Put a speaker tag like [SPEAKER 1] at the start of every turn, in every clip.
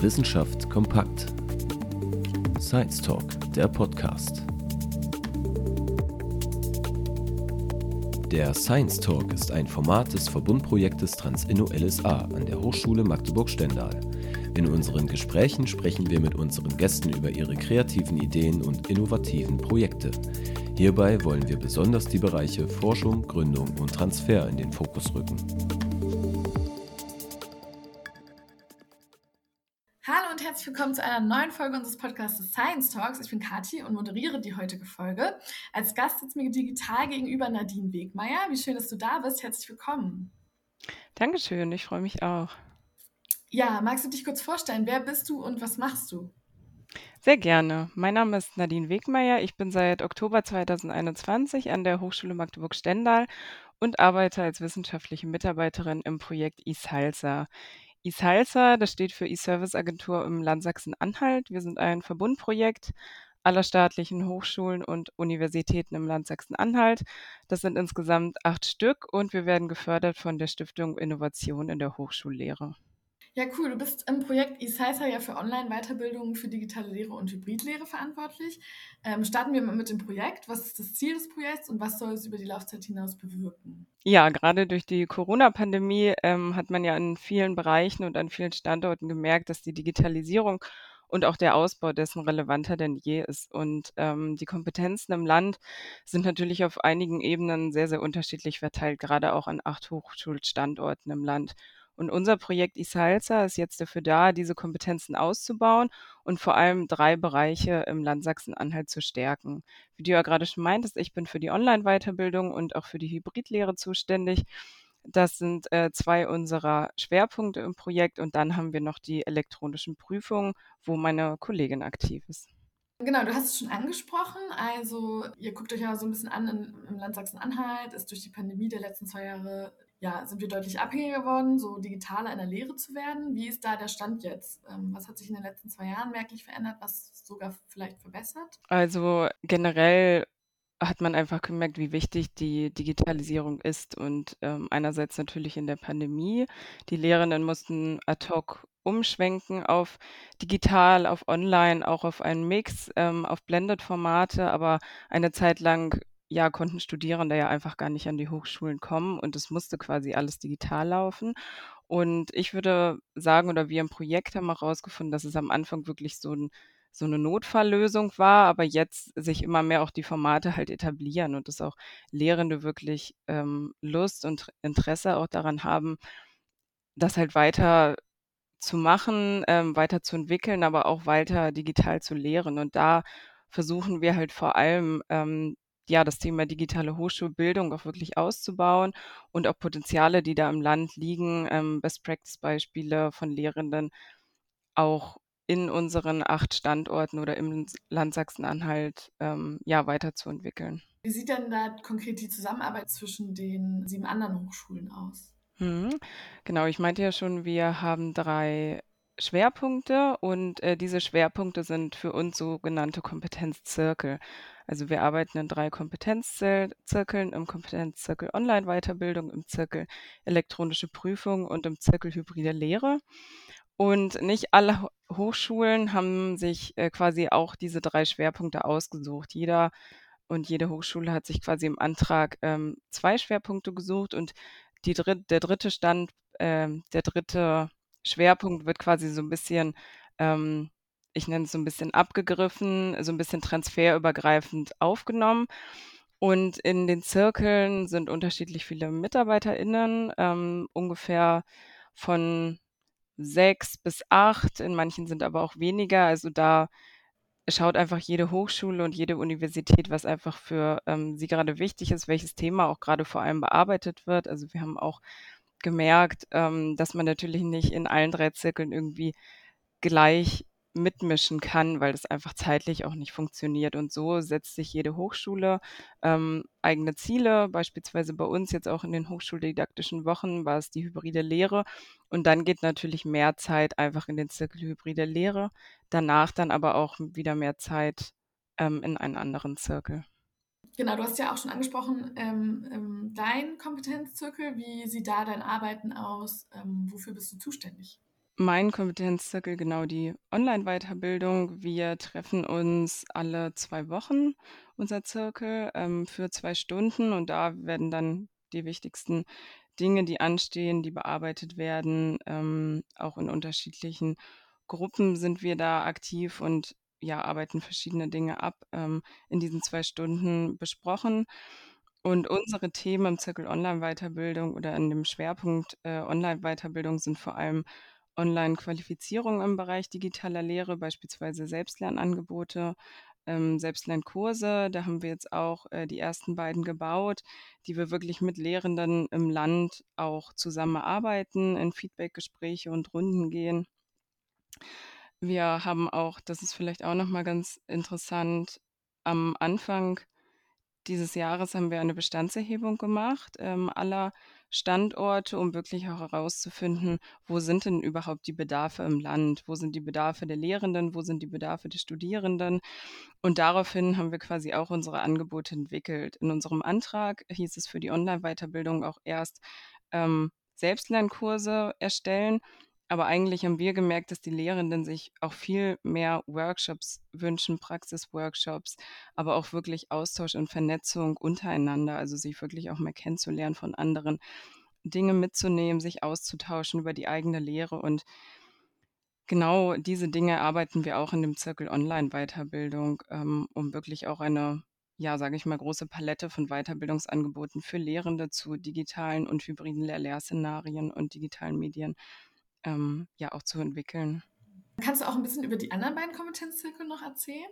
[SPEAKER 1] Wissenschaft kompakt. Science Talk, der Podcast. Der Science Talk ist ein Format des Verbundprojektes Transinno-LSA an der Hochschule Magdeburg-Stendal. In unseren Gesprächen sprechen wir mit unseren Gästen über ihre kreativen Ideen und innovativen Projekte. Hierbei wollen wir besonders die Bereiche Forschung, Gründung und Transfer in den Fokus rücken.
[SPEAKER 2] Hallo und herzlich willkommen zu einer neuen Folge unseres Podcasts Science Talks. Ich bin Kathi und moderiere die heutige Folge. Als Gast sitzt mir digital gegenüber Nadine Wegmeier. Wie schön, dass du da bist. Herzlich willkommen.
[SPEAKER 3] Dankeschön, ich freue mich auch.
[SPEAKER 2] Ja, magst du dich kurz vorstellen? Wer bist du und was machst du?
[SPEAKER 3] Sehr gerne. Mein Name ist Nadine Wegmeier. Ich bin seit Oktober 2021 an der Hochschule Magdeburg-Stendal und arbeite als wissenschaftliche Mitarbeiterin im Projekt eSalsa. eSalsa, das steht für eService Agentur im Land Sachsen-Anhalt. Wir sind ein Verbundprojekt aller staatlichen Hochschulen und Universitäten im Land Sachsen-Anhalt. Das sind insgesamt 8 Stück und wir werden gefördert von der Stiftung Innovation in der Hochschullehre.
[SPEAKER 2] Ja, cool. Du bist im Projekt eSalsa ja für Online-Weiterbildung für digitale Lehre und Hybridlehre verantwortlich. Starten wir mal mit dem Projekt. Was ist das Ziel des Projekts und was soll es über die Laufzeit hinaus bewirken?
[SPEAKER 3] Ja, gerade durch die Corona-Pandemie, hat man ja in vielen Bereichen und an vielen Standorten gemerkt, dass die Digitalisierung und auch der Ausbau dessen relevanter denn je ist. Und, die Kompetenzen im Land sind natürlich auf einigen Ebenen sehr, sehr unterschiedlich verteilt, gerade auch an 8 Hochschulstandorten im Land. Und unser Projekt eSalsa ist jetzt dafür da, diese Kompetenzen auszubauen und vor allem 3 Bereiche im Land Sachsen-Anhalt zu stärken. Wie du ja gerade schon meintest, ich bin für die Online-Weiterbildung und auch für die Hybridlehre zuständig. Das sind 2 unserer Schwerpunkte im Projekt und dann haben wir noch die elektronischen Prüfungen, wo meine Kollegin aktiv ist.
[SPEAKER 2] Genau, du hast es schon angesprochen. Also, ihr guckt euch ja so ein bisschen an im Land Sachsen-Anhalt. Ist durch die Pandemie der letzten 2 Jahre, ja, sind wir deutlich abhängiger geworden, so digitaler in der Lehre zu werden. Wie ist da der Stand jetzt? Was hat sich in den letzten 2 Jahren merklich verändert, was sogar vielleicht verbessert?
[SPEAKER 3] Also generell hat man einfach gemerkt, wie wichtig die Digitalisierung ist und, einerseits natürlich in der Pandemie. Die Lehrenden mussten ad hoc umschwenken auf digital, auf online, auch auf einen Mix, auf Blended-Formate, aber eine Zeit lang, ja, konnten Studierende ja einfach gar nicht an die Hochschulen kommen und es musste quasi alles digital laufen. Und ich würde sagen oder wir im Projekt haben auch rausgefunden, dass es am Anfang wirklich so 'ne Notfalllösung war, aber jetzt sich immer mehr auch die Formate halt etablieren und dass auch Lehrende wirklich, Lust und Interesse auch daran haben, das halt weiter zu machen, weiterzuentwickeln, aber auch weiter digital zu lehren. Und da versuchen wir halt vor allem, ja, das Thema digitale Hochschulbildung auch wirklich auszubauen und auch Potenziale, die da im Land liegen, Best-Practice-Beispiele von Lehrenden auch in unseren 8 Standorten oder im Land Sachsen-Anhalt, ja, weiterzuentwickeln.
[SPEAKER 2] Wie sieht denn da konkret die Zusammenarbeit zwischen den 7 anderen Hochschulen aus?
[SPEAKER 3] Mhm. Genau, ich meinte ja schon, wir haben 3 Schwerpunkte und, diese Schwerpunkte sind für uns sogenannte Kompetenzzirkel. Also, wir arbeiten in 3 Kompetenzzirkeln, im Kompetenzzirkel Online-Weiterbildung, im Zirkel elektronische Prüfung und im Zirkel hybride Lehre. Und nicht alle Hochschulen haben sich, quasi auch diese 3 Schwerpunkte ausgesucht. Jeder und jede Hochschule hat sich quasi im Antrag, 2 Schwerpunkte gesucht und der dritte Schwerpunkt wird quasi so 'n bisschen, ähm, ich nenne es so 'n bisschen abgegriffen, so 'n bisschen transferübergreifend aufgenommen. Und in den Zirkeln sind unterschiedlich viele MitarbeiterInnen, ungefähr von 6 bis 8, in manchen sind aber auch weniger. Also, da schaut einfach jede Hochschule und jede Universität, was einfach für, sie gerade wichtig ist, welches Thema auch gerade vor allem bearbeitet wird. Also, wir haben auch gemerkt, dass man natürlich nicht in allen 3 Zirkeln irgendwie gleich mitmischen kann, weil das einfach zeitlich auch nicht funktioniert. Und so setzt sich jede Hochschule, eigene Ziele. Beispielsweise bei uns jetzt auch in den hochschuldidaktischen Wochen war es die hybride Lehre. Und dann geht natürlich mehr Zeit einfach in den Zirkel hybride Lehre, danach dann aber auch wieder mehr Zeit, in einen anderen Zirkel.
[SPEAKER 2] Genau, du hast ja auch schon angesprochen, dein Kompetenzzirkel. Wie sieht da dein Arbeiten aus? Wofür bist du zuständig?
[SPEAKER 3] Mein Kompetenzzirkel, genau, die Online-Weiterbildung. Wir treffen uns alle 2 Wochen, unser Zirkel, für 2 Stunden, und da werden dann die wichtigsten Dinge, die anstehen, die bearbeitet werden. Auch in unterschiedlichen Gruppen sind wir da aktiv und, ja, arbeiten verschiedene Dinge ab, in diesen 2 Stunden besprochen. Und unsere Themen im Zirkel Online-Weiterbildung oder in dem Schwerpunkt, Online-Weiterbildung sind vor allem Online-Qualifizierung im Bereich digitaler Lehre, beispielsweise Selbstlernangebote, Selbstlernkurse. Da haben wir jetzt auch, die ersten beiden gebaut, die wir wirklich mit Lehrenden im Land auch zusammen erarbeiten, in Feedbackgespräche und Runden gehen. Wir haben auch, das ist vielleicht auch noch mal ganz interessant, am Anfang dieses Jahres haben wir eine Bestandserhebung gemacht, aller Standorte, um wirklich auch herauszufinden, wo sind denn überhaupt die Bedarfe im Land? Wo sind die Bedarfe der Lehrenden? Wo sind die Bedarfe der Studierenden? Und daraufhin haben wir quasi auch unsere Angebote entwickelt. In unserem Antrag hieß es für die Online-Weiterbildung auch erst, Selbstlernkurse erstellen. Aber eigentlich haben wir gemerkt, dass die Lehrenden sich auch viel mehr Workshops wünschen, Praxisworkshops, aber auch wirklich Austausch und Vernetzung untereinander, also sich wirklich auch mal kennenzulernen von anderen, Dinge mitzunehmen, sich auszutauschen über die eigene Lehre. Und genau diese Dinge arbeiten wir auch in dem Zirkel Online-Weiterbildung, um wirklich auch eine, ja, sage ich mal, große Palette von Weiterbildungsangeboten für Lehrende zu digitalen und hybriden Lehrszenarien und digitalen Medien, ja, auch zu entwickeln.
[SPEAKER 2] Kannst du auch ein bisschen über die anderen beiden Kompetenzzirkel noch erzählen?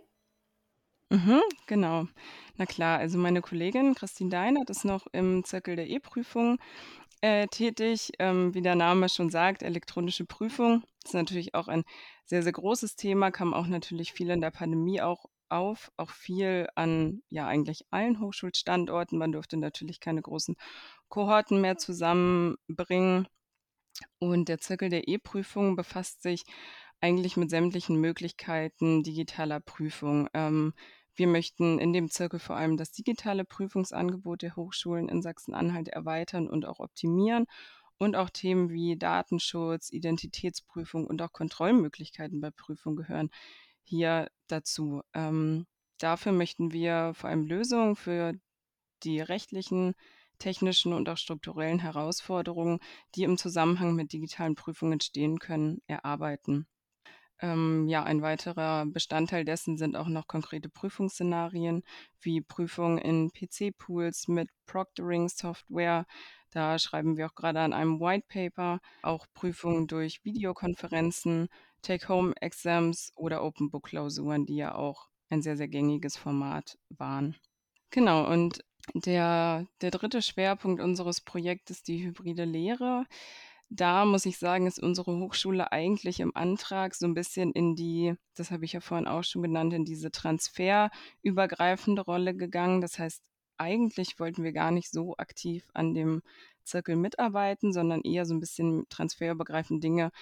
[SPEAKER 3] Genau. Na klar, also meine Kollegin Christine Deinert ist noch im Zirkel der E-Prüfung tätig. Wie der Name schon sagt, elektronische Prüfung ist natürlich auch ein sehr, sehr großes Thema, kam auch natürlich viel in der Pandemie auch auf, auch viel an, ja, eigentlich allen Hochschulstandorten. Man durfte natürlich keine großen Kohorten mehr zusammenbringen. Und der Zirkel der E-Prüfung befasst sich eigentlich mit sämtlichen Möglichkeiten digitaler Prüfung. Wir möchten in dem Zirkel vor allem das digitale Prüfungsangebot der Hochschulen in Sachsen-Anhalt erweitern und auch optimieren, und auch Themen wie Datenschutz, Identitätsprüfung und auch Kontrollmöglichkeiten bei Prüfung gehören hier dazu. Dafür möchten wir vor allem Lösungen für die rechtlichen, technischen und auch strukturellen Herausforderungen, die im Zusammenhang mit digitalen Prüfungen entstehen können, erarbeiten. Ja, ein weiterer Bestandteil dessen sind auch noch konkrete Prüfungsszenarien wie Prüfungen in PC-Pools mit Proctoring-Software. Da schreiben wir auch gerade an einem White Paper, auch Prüfungen durch Videokonferenzen, Take-Home-Exams oder Open-Book-Klausuren, die ja auch ein sehr, sehr gängiges Format waren. Genau, und der dritte Schwerpunkt unseres Projektes, die hybride Lehre. Da muss ich sagen, ist unsere Hochschule eigentlich im Antrag so ein bisschen in die, das habe ich ja vorhin auch schon genannt, in diese transferübergreifende Rolle gegangen. Das heißt, eigentlich wollten wir gar nicht so aktiv an dem Zirkel mitarbeiten, sondern eher so ein bisschen transferübergreifende Dinge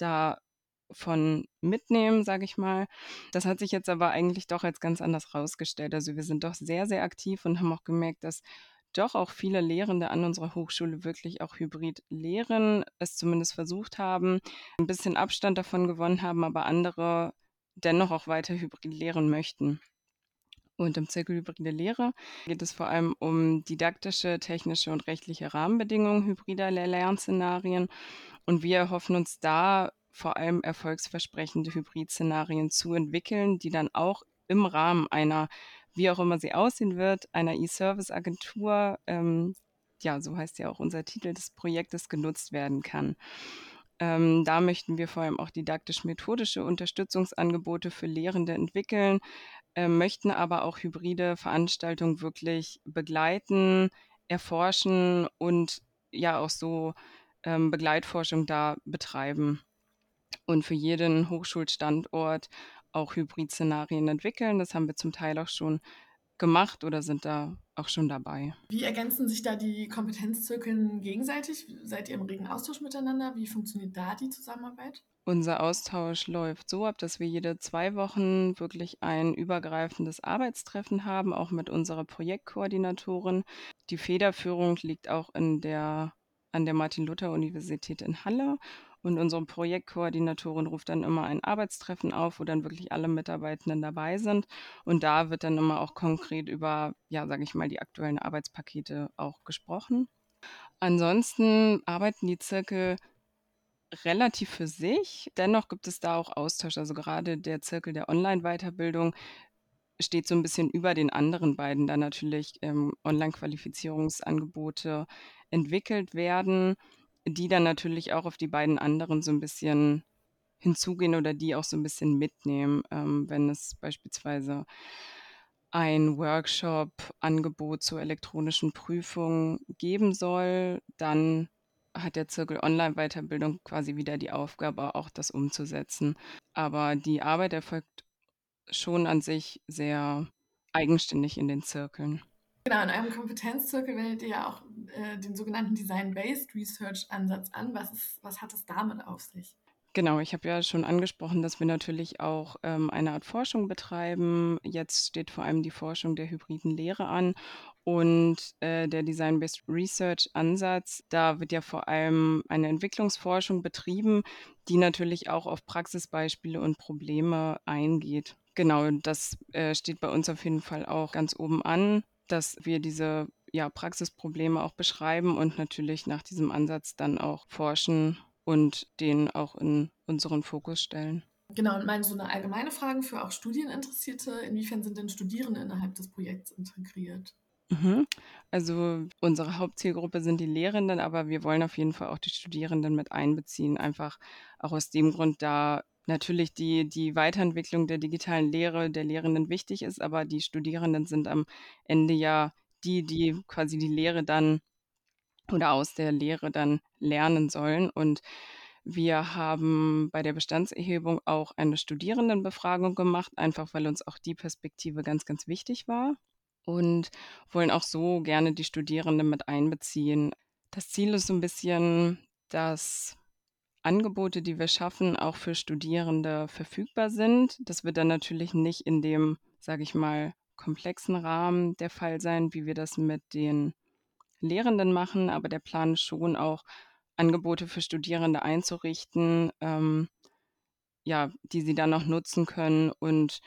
[SPEAKER 3] davon mitnehmen, sage ich mal. Das hat sich jetzt aber eigentlich doch als ganz anders rausgestellt. Also wir sind doch sehr, sehr aktiv und haben auch gemerkt, dass doch auch viele Lehrende an unserer Hochschule wirklich auch hybrid lehren, es zumindest versucht haben, ein bisschen Abstand davon gewonnen haben, aber andere dennoch auch weiter hybrid lehren möchten. Und im Zirkel hybride Lehre geht es vor allem um didaktische, technische und rechtliche Rahmenbedingungen hybrider Lernszenarien. Und wir erhoffen uns da vor allem erfolgsversprechende Hybridszenarien zu entwickeln, die dann auch im Rahmen einer, wie auch immer sie aussehen wird, einer E-Service-Agentur, ja, so heißt ja auch unser Titel des Projektes, genutzt werden kann. Da möchten wir vor allem auch didaktisch-methodische Unterstützungsangebote für Lehrende entwickeln, möchten aber auch hybride Veranstaltungen wirklich begleiten, erforschen und ja auch so Begleitforschung da betreiben und für jeden Hochschulstandort auch Hybridszenarien entwickeln. Das haben wir zum Teil auch schon gemacht oder sind da auch schon dabei.
[SPEAKER 2] Wie ergänzen sich da die Kompetenzzirkeln gegenseitig? Seid ihr im regen Austausch miteinander? Wie funktioniert da die Zusammenarbeit?
[SPEAKER 3] Unser Austausch läuft so ab, dass wir jede 2 Wochen wirklich ein übergreifendes Arbeitstreffen haben, auch mit unserer Projektkoordinatorin. Die Federführung liegt auch an der Martin-Luther-Universität in Halle. Und unsere Projektkoordinatorin ruft dann immer ein Arbeitstreffen auf, wo dann wirklich alle Mitarbeitenden dabei sind. Und da wird dann immer auch konkret über, ja, sage ich mal, die aktuellen Arbeitspakete auch gesprochen. Ansonsten arbeiten die Zirkel relativ für sich. Dennoch gibt es da auch Austausch. Also gerade der Zirkel der Online-Weiterbildung steht so ein bisschen über den anderen beiden, da natürlich Online-Qualifizierungsangebote entwickelt werden, die dann natürlich auch auf die beiden anderen so ein bisschen hinzugehen oder die auch so ein bisschen mitnehmen, wenn es beispielsweise ein Workshop-Angebot zur elektronischen Prüfung geben soll, dann hat der Zirkel Online-Weiterbildung quasi wieder die Aufgabe, auch das umzusetzen. Aber die Arbeit erfolgt schon an sich sehr eigenständig in den Zirkeln.
[SPEAKER 2] Genau, in eurem Kompetenzzirkel wendet ihr ja auch den sogenannten Design-Based Research-Ansatz an. Was hat es damit auf sich?
[SPEAKER 3] Genau, ich habe ja schon angesprochen, dass wir natürlich auch eine Art Forschung betreiben. Jetzt steht vor allem die Forschung der hybriden Lehre an und der Design-Based Research-Ansatz, da wird ja vor allem eine Entwicklungsforschung betrieben, die natürlich auch auf Praxisbeispiele und Probleme eingeht. Genau, das steht bei uns auf jeden Fall auch ganz oben an, dass wir diese Praxisprobleme auch beschreiben und natürlich nach diesem Ansatz dann auch forschen und den auch in unseren Fokus stellen.
[SPEAKER 2] Genau, und meine so eine allgemeine Frage für auch Studieninteressierte. Inwiefern sind denn Studierende innerhalb des Projekts integriert?
[SPEAKER 3] Mhm. Also unsere Hauptzielgruppe sind die Lehrenden, aber wir wollen auf jeden Fall auch die Studierenden mit einbeziehen. Einfach auch aus dem Grund, da natürlich die Weiterentwicklung der digitalen Lehre der Lehrenden wichtig ist, aber die Studierenden sind am Ende ja die quasi die Lehre dann oder aus der Lehre dann lernen sollen. Und wir haben bei der Bestandserhebung auch eine Studierendenbefragung gemacht, einfach weil uns auch die Perspektive ganz, ganz wichtig war und wollen auch so gerne die Studierenden mit einbeziehen. Das Ziel ist so ein bisschen, dass Angebote, die wir schaffen, auch für Studierende verfügbar sind. Das wird dann natürlich nicht in dem, sage ich mal, komplexen Rahmen der Fall sein, wie wir das mit den Lehrenden machen, aber der Plan ist schon auch, Angebote für Studierende einzurichten, die sie dann auch nutzen können. Und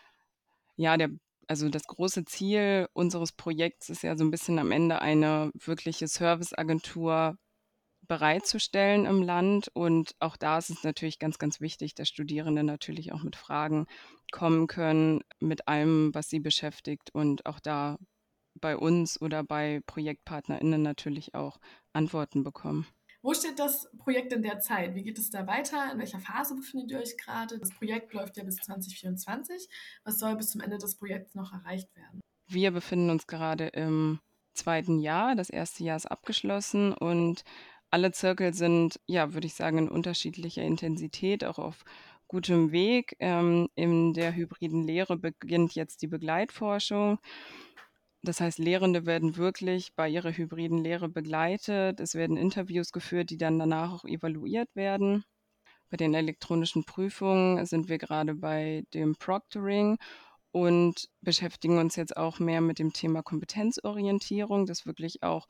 [SPEAKER 3] ja, also das große Ziel unseres Projekts ist ja so ein bisschen am Ende eine wirkliche Serviceagentur bereitzustellen im Land. Und auch da ist es natürlich ganz, ganz wichtig, dass Studierende natürlich auch mit Fragen kommen können, mit allem, was sie beschäftigt und auch da bei uns oder bei ProjektpartnerInnen natürlich auch Antworten bekommen.
[SPEAKER 2] Wo steht das Projekt in der Zeit? Wie geht es da weiter? In welcher Phase befindet ihr euch gerade? Das Projekt läuft ja bis 2024. Was soll bis zum Ende des Projekts noch erreicht werden?
[SPEAKER 3] Wir befinden uns gerade im zweiten Jahr. Das erste Jahr ist abgeschlossen und alle Zirkel sind, ja, würde ich sagen, in unterschiedlicher Intensität, auch auf gutem Weg. In der hybriden Lehre beginnt jetzt die Begleitforschung. Das heißt, Lehrende werden wirklich bei ihrer hybriden Lehre begleitet. Es werden Interviews geführt, die dann danach auch evaluiert werden. Bei den elektronischen Prüfungen sind wir gerade bei dem Proctoring und beschäftigen uns jetzt auch mehr mit dem Thema Kompetenzorientierung, dass wirklich auch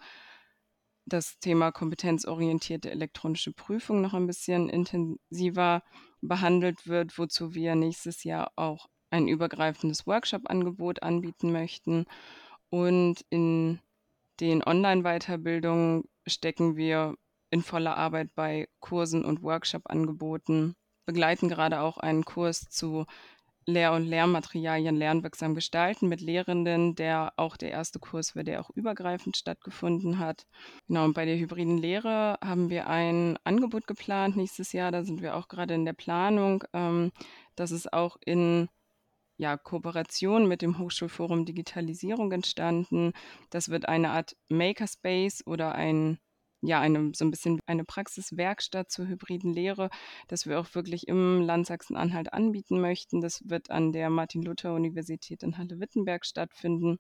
[SPEAKER 3] das Thema kompetenzorientierte elektronische Prüfung noch ein bisschen intensiver behandelt wird, wozu wir nächstes Jahr auch ein übergreifendes Workshop-Angebot anbieten möchten. Und in den Online-Weiterbildungen stecken wir in voller Arbeit bei Kursen und Workshop-Angeboten, begleiten gerade auch einen Kurs zu Lehr- und Lernmaterialien lernwirksam gestalten mit Lehrenden, der auch der erste Kurs war, der auch übergreifend stattgefunden hat. Genau, und bei der hybriden Lehre haben wir ein Angebot geplant nächstes Jahr, da sind wir auch gerade in der Planung. Das ist auch in Kooperation mit dem Hochschulforum Digitalisierung entstanden. Das wird eine Art Makerspace oder so ein bisschen eine Praxiswerkstatt zur hybriden Lehre, das wir auch wirklich im Land Sachsen-Anhalt anbieten möchten. Das wird an der Martin-Luther-Universität in Halle-Wittenberg stattfinden,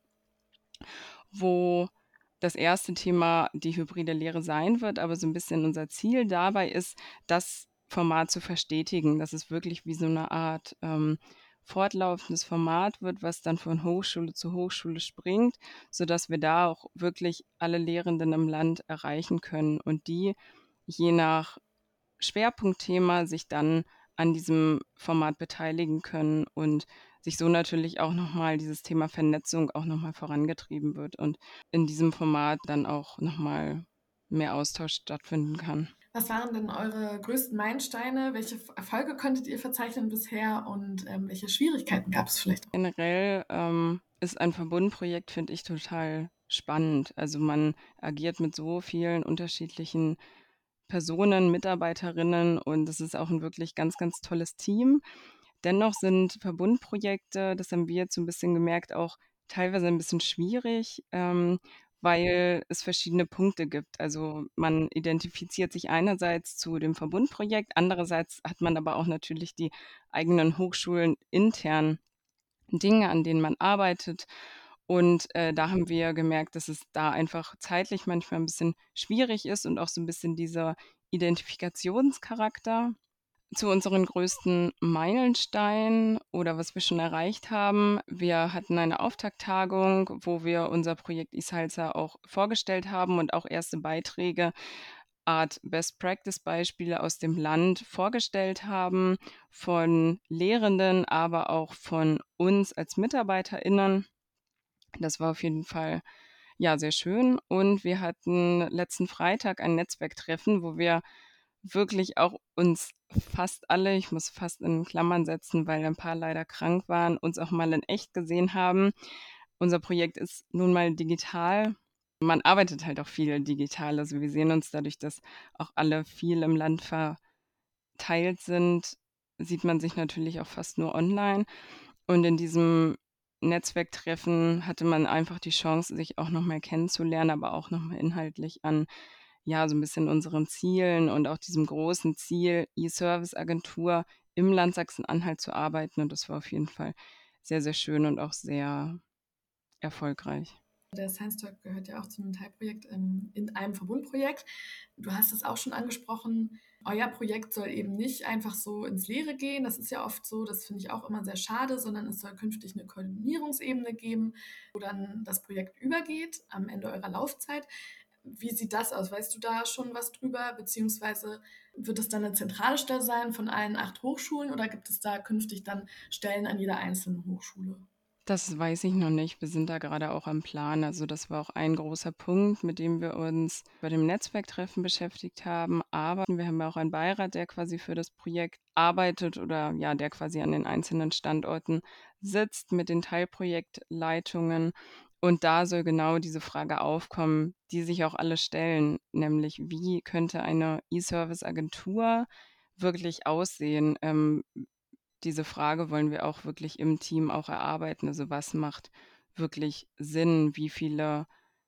[SPEAKER 3] wo das erste Thema die hybride Lehre sein wird, aber so ein bisschen unser Ziel dabei ist, das Format zu verstetigen, dass es wirklich wie so eine Art fortlaufendes Format wird, was dann von Hochschule zu Hochschule springt, sodass wir da auch wirklich alle Lehrenden im Land erreichen können und die je nach Schwerpunktthema sich dann an diesem Format beteiligen können und sich so natürlich auch nochmal dieses Thema Vernetzung auch nochmal vorangetrieben wird und in diesem Format dann auch nochmal mehr Austausch stattfinden kann.
[SPEAKER 2] Was waren denn eure größten Meilensteine? Welche Erfolge konntet ihr verzeichnen bisher und welche Schwierigkeiten gab es vielleicht auch?
[SPEAKER 3] Generell ist ein Verbundprojekt, finde ich, total spannend. Also man agiert mit so vielen unterschiedlichen Personen, Mitarbeiterinnen und es ist auch ein wirklich ganz, ganz tolles Team. Dennoch sind Verbundprojekte, das haben wir jetzt so ein bisschen gemerkt, auch teilweise ein bisschen schwierig, weil es verschiedene Punkte gibt. Also man identifiziert sich einerseits zu dem Verbundprojekt, andererseits hat man aber auch natürlich die eigenen Hochschulen intern Dinge, an denen man arbeitet. Und da haben wir gemerkt, dass es da einfach zeitlich manchmal ein bisschen schwierig ist und auch so ein bisschen dieser Identifikationscharakter. Zu unseren größten Meilensteinen oder was wir schon erreicht haben. Wir hatten eine Auftakttagung, wo wir unser Projekt eSalsa auch vorgestellt haben und auch erste Beiträge, Art Best-Practice-Beispiele aus dem Land vorgestellt haben, von Lehrenden, aber auch von uns als MitarbeiterInnen. Das war auf jeden Fall ja sehr schön. Und wir hatten letzten Freitag ein Netzwerktreffen, wo wir wirklich auch uns fast alle, ich muss fast in Klammern setzen, weil ein paar leider krank waren, uns auch mal in echt gesehen haben. Unser Projekt ist nun mal digital. Man arbeitet halt auch viel digital. Also wir sehen uns dadurch, dass auch alle viel im Land verteilt sind, sieht man sich natürlich auch fast nur online. Und in diesem Netzwerktreffen hatte man einfach die Chance, sich auch noch mal kennenzulernen, aber auch noch mal inhaltlich an, ja, so ein bisschen unseren Zielen und auch diesem großen Ziel, E-Service-Agentur im Land Sachsen-Anhalt zu arbeiten. Und das war auf jeden Fall sehr, sehr schön und auch sehr erfolgreich.
[SPEAKER 2] Der Science Talk gehört ja auch zu einem Teilprojekt in einem Verbundprojekt. Du hast es auch schon angesprochen. Euer Projekt soll eben nicht einfach so ins Leere gehen. Das ist ja oft so, das finde ich auch immer sehr schade, sondern es soll künftig eine Koordinierungsebene geben, wo dann das Projekt übergeht am Ende eurer Laufzeit. Wie sieht das aus? Weißt du da schon was drüber? Beziehungsweise wird es dann eine zentrale Stelle sein von allen 8 Hochschulen oder gibt es da künftig dann Stellen an jeder einzelnen Hochschule?
[SPEAKER 3] Das weiß ich noch nicht. Wir sind da gerade auch am Plan. Also das war auch ein großer Punkt, mit dem wir uns bei dem Netzwerktreffen beschäftigt haben. Aber wir haben ja auch einen Beirat, der quasi für das Projekt arbeitet oder ja, der quasi an den einzelnen Standorten sitzt mit den Teilprojektleitungen. Und da soll genau diese Frage aufkommen, die sich auch alle stellen, nämlich wie könnte eine E-Service-Agentur wirklich aussehen? Diese Frage wollen wir auch wirklich im Team auch erarbeiten. Also was macht wirklich Sinn? Wie viele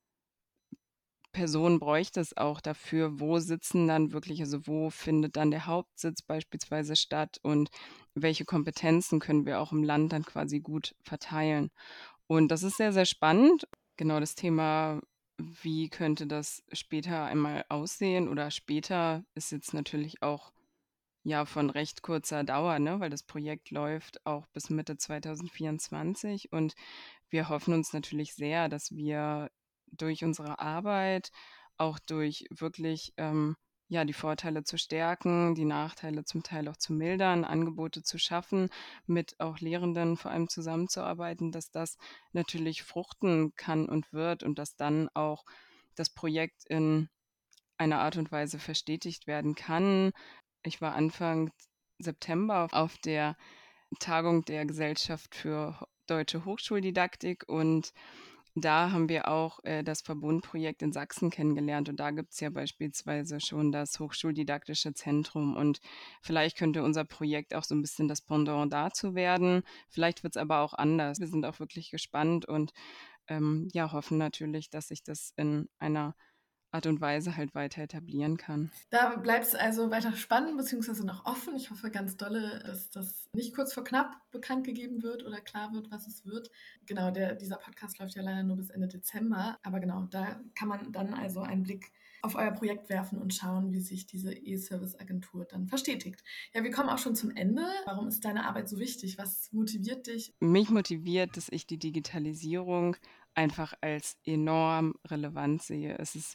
[SPEAKER 3] Personen bräuchte es auch dafür? Wo sitzen dann wirklich, also wo findet dann der Hauptsitz beispielsweise statt und welche Kompetenzen können wir auch im Land dann quasi gut verteilen? Und das ist sehr, sehr spannend. Genau das Thema, wie könnte das später einmal aussehen oder später ist jetzt natürlich auch ja, von recht kurzer Dauer, ne, weil das Projekt läuft auch bis Mitte 2024 und wir hoffen uns natürlich sehr, dass wir durch unsere Arbeit, auch durch wirklich, ja, die Vorteile zu stärken, die Nachteile zum Teil auch zu mildern, Angebote zu schaffen, mit auch Lehrenden vor allem zusammenzuarbeiten, dass das natürlich fruchten kann und wird und dass dann auch das Projekt in einer Art und Weise verstetigt werden kann. Ich war Anfang September auf der Tagung der Gesellschaft für Deutsche Hochschuldidaktik und da haben wir auch das Verbundprojekt in Sachsen kennengelernt und da gibt es ja beispielsweise schon das Hochschuldidaktische Zentrum und vielleicht könnte unser Projekt auch so ein bisschen das Pendant dazu werden. Vielleicht wird es aber auch anders. Wir sind auch wirklich gespannt und ja, hoffen natürlich, dass sich das in einer Art und Weise halt weiter etablieren kann.
[SPEAKER 2] Da bleibt es also weiter spannend beziehungsweise noch offen. Ich hoffe ganz dolle, dass das nicht kurz vor knapp bekannt gegeben wird oder klar wird, was es wird. Genau, dieser Podcast läuft ja leider nur bis Ende Dezember. Aber genau, da kann man dann also einen Blick auf euer Projekt werfen und schauen, wie sich diese E-Service-Agentur dann verstetigt. Ja, wir kommen auch schon zum Ende. Warum ist deine Arbeit so wichtig? Was motiviert dich?
[SPEAKER 3] Mich motiviert, dass ich die Digitalisierung einfach als enorm relevant sehe. Es ist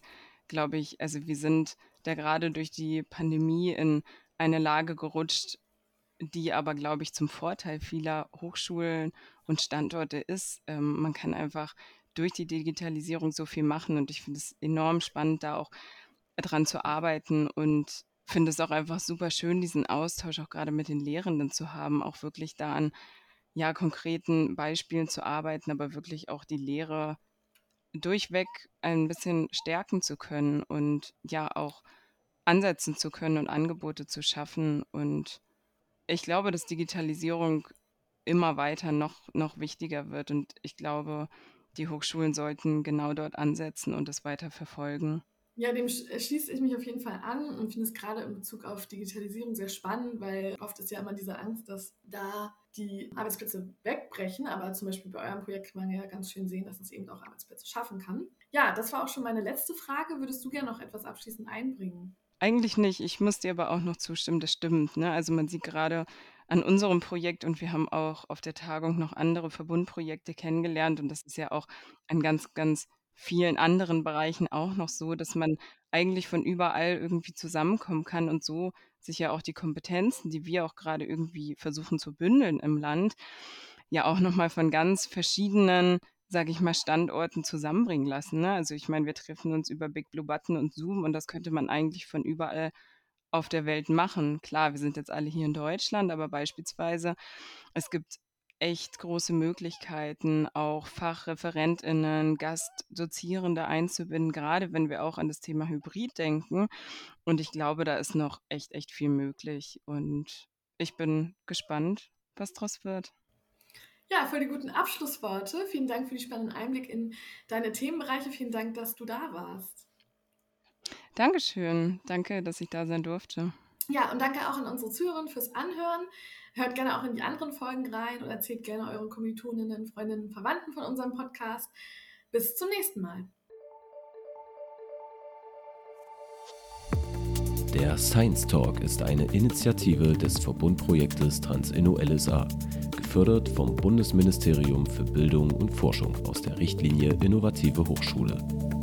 [SPEAKER 3] glaube ich, also wir sind da gerade durch die Pandemie in eine Lage gerutscht, die aber, glaube ich, zum Vorteil vieler Hochschulen und Standorte ist. Man kann einfach durch die Digitalisierung so viel machen und ich finde es enorm spannend, da auch dran zu arbeiten und finde es auch einfach super schön, diesen Austausch auch gerade mit den Lehrenden zu haben, auch wirklich da an ja, konkreten Beispielen zu arbeiten, aber wirklich auch die Lehre durchweg ein bisschen stärken zu können und ja auch ansetzen zu können und Angebote zu schaffen. Und ich glaube, dass Digitalisierung immer weiter noch wichtiger wird. Und ich glaube, die Hochschulen sollten genau dort ansetzen und es weiter verfolgen.
[SPEAKER 2] Ja, dem schließe ich mich auf jeden Fall an und finde es gerade in Bezug auf Digitalisierung sehr spannend, weil oft ist ja immer diese Angst, dass da die Arbeitsplätze wegbrechen. Aber zum Beispiel bei eurem Projekt kann man ja ganz schön sehen, dass es eben auch Arbeitsplätze schaffen kann. Ja, das war auch schon meine letzte Frage. Würdest du gerne noch etwas abschließend einbringen?
[SPEAKER 3] Eigentlich nicht. Ich muss dir aber auch noch zustimmen, das stimmt, ne? Also, man sieht gerade an unserem Projekt und wir haben auch auf der Tagung noch andere Verbundprojekte kennengelernt und das ist ja auch an ganz, ganz vielen anderen Bereichen auch noch so, dass man eigentlich von überall irgendwie zusammenkommen kann und so sich ja auch die Kompetenzen, die wir auch gerade irgendwie versuchen zu bündeln im Land, ja auch noch mal von ganz verschiedenen, sage ich mal, Standorten zusammenbringen lassen, ne? Also, ich meine, wir treffen uns über Big Blue Button und Zoom und das könnte man eigentlich von überall auf der Welt machen. Klar, wir sind jetzt alle hier in Deutschland, aber beispielsweise es gibt echt große Möglichkeiten, auch FachreferentInnen, Gastdozierende einzubinden, gerade wenn wir auch an das Thema Hybrid denken. Und ich glaube, da ist noch echt viel möglich und ich bin gespannt, was draus wird.
[SPEAKER 2] Ja, voll die guten Abschlussworte. Vielen Dank für den spannenden Einblick in deine Themenbereiche. Vielen Dank, dass du da warst.
[SPEAKER 3] Dankeschön. Danke, dass ich da sein durfte.
[SPEAKER 2] Ja, und danke auch an unsere Zuhörerinnen fürs Anhören. Hört gerne auch in die anderen Folgen rein und erzählt gerne euren Kommilitoninnen, Freundinnen, Verwandten von unserem Podcast. Bis zum nächsten Mal.
[SPEAKER 1] Der Science Talk ist eine Initiative des Verbundprojektes TransInno-LSA, gefördert vom Bundesministerium für Bildung und Forschung aus der Richtlinie Innovative Hochschule.